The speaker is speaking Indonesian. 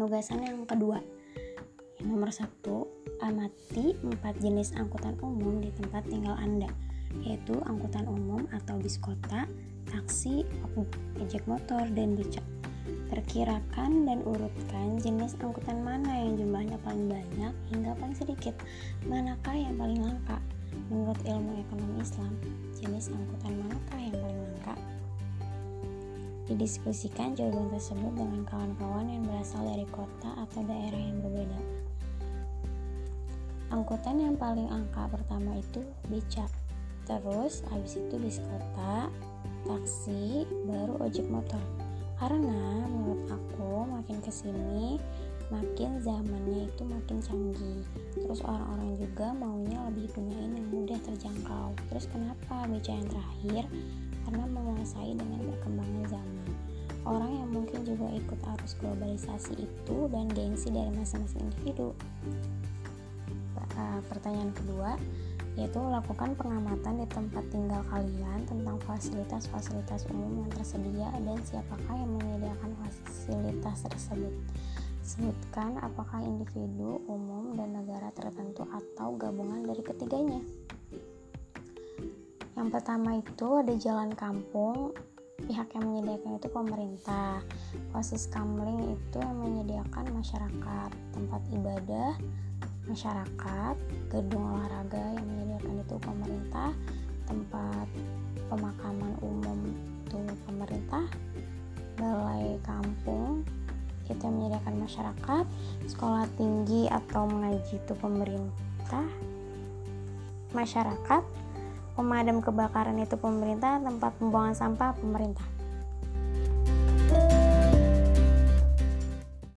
penugasan yang kedua. Yang nomor 1, amati 4 jenis angkutan umum di tempat tinggal Anda, yaitu angkutan umum atau bis kota, taksi, ojek motor, dan becak. Perkirakan dan urutkan jenis angkutan mana yang jumlahnya paling banyak hingga paling sedikit. Manakah yang paling langka? Menurut ilmu ekonomi Islam, jenis angkutan manakah yang paling langka? Didiskusikan jawaban tersebut dengan kawan-kawan yang berasal dari kota atau daerah yang berbeda. Angkutan yang paling angka pertama itu becak, terus habis itu bis kota, taksi, baru ojek motor. Karena menurut aku makin kesini makin zamannya itu makin canggih, terus orang-orang juga maunya lebih gunain yang mudah terjangkau. Terus kenapa becak yang terakhir? Karena menguasai dengan perkembangan zaman. Orang yang mungkin juga ikut arus globalisasi itu dan gengsi dari masing-masing individu. Pertanyaan kedua, yaitu lakukan pengamatan di tempat tinggal kalian tentang fasilitas-fasilitas umum yang tersedia dan siapakah yang menyediakan fasilitas tersebut. Sebutkan apakah individu, umum, dan negara tertentu atau gabungan dari ketiganya. Yang pertama itu ada jalan kampung, pihak yang menyediakan itu pemerintah. Posis kamling itu yang menyediakan masyarakat. Tempat ibadah, masyarakat. Gedung olahraga yang menyediakan itu pemerintah. Tempat pemakaman umum itu pemerintah. Balai kampung itu yang menyediakan masyarakat. Sekolah tinggi atau mengaji itu pemerintah, masyarakat. Pemadam kebakaran itu pemerintah. Tempat pembuangan sampah pemerintah.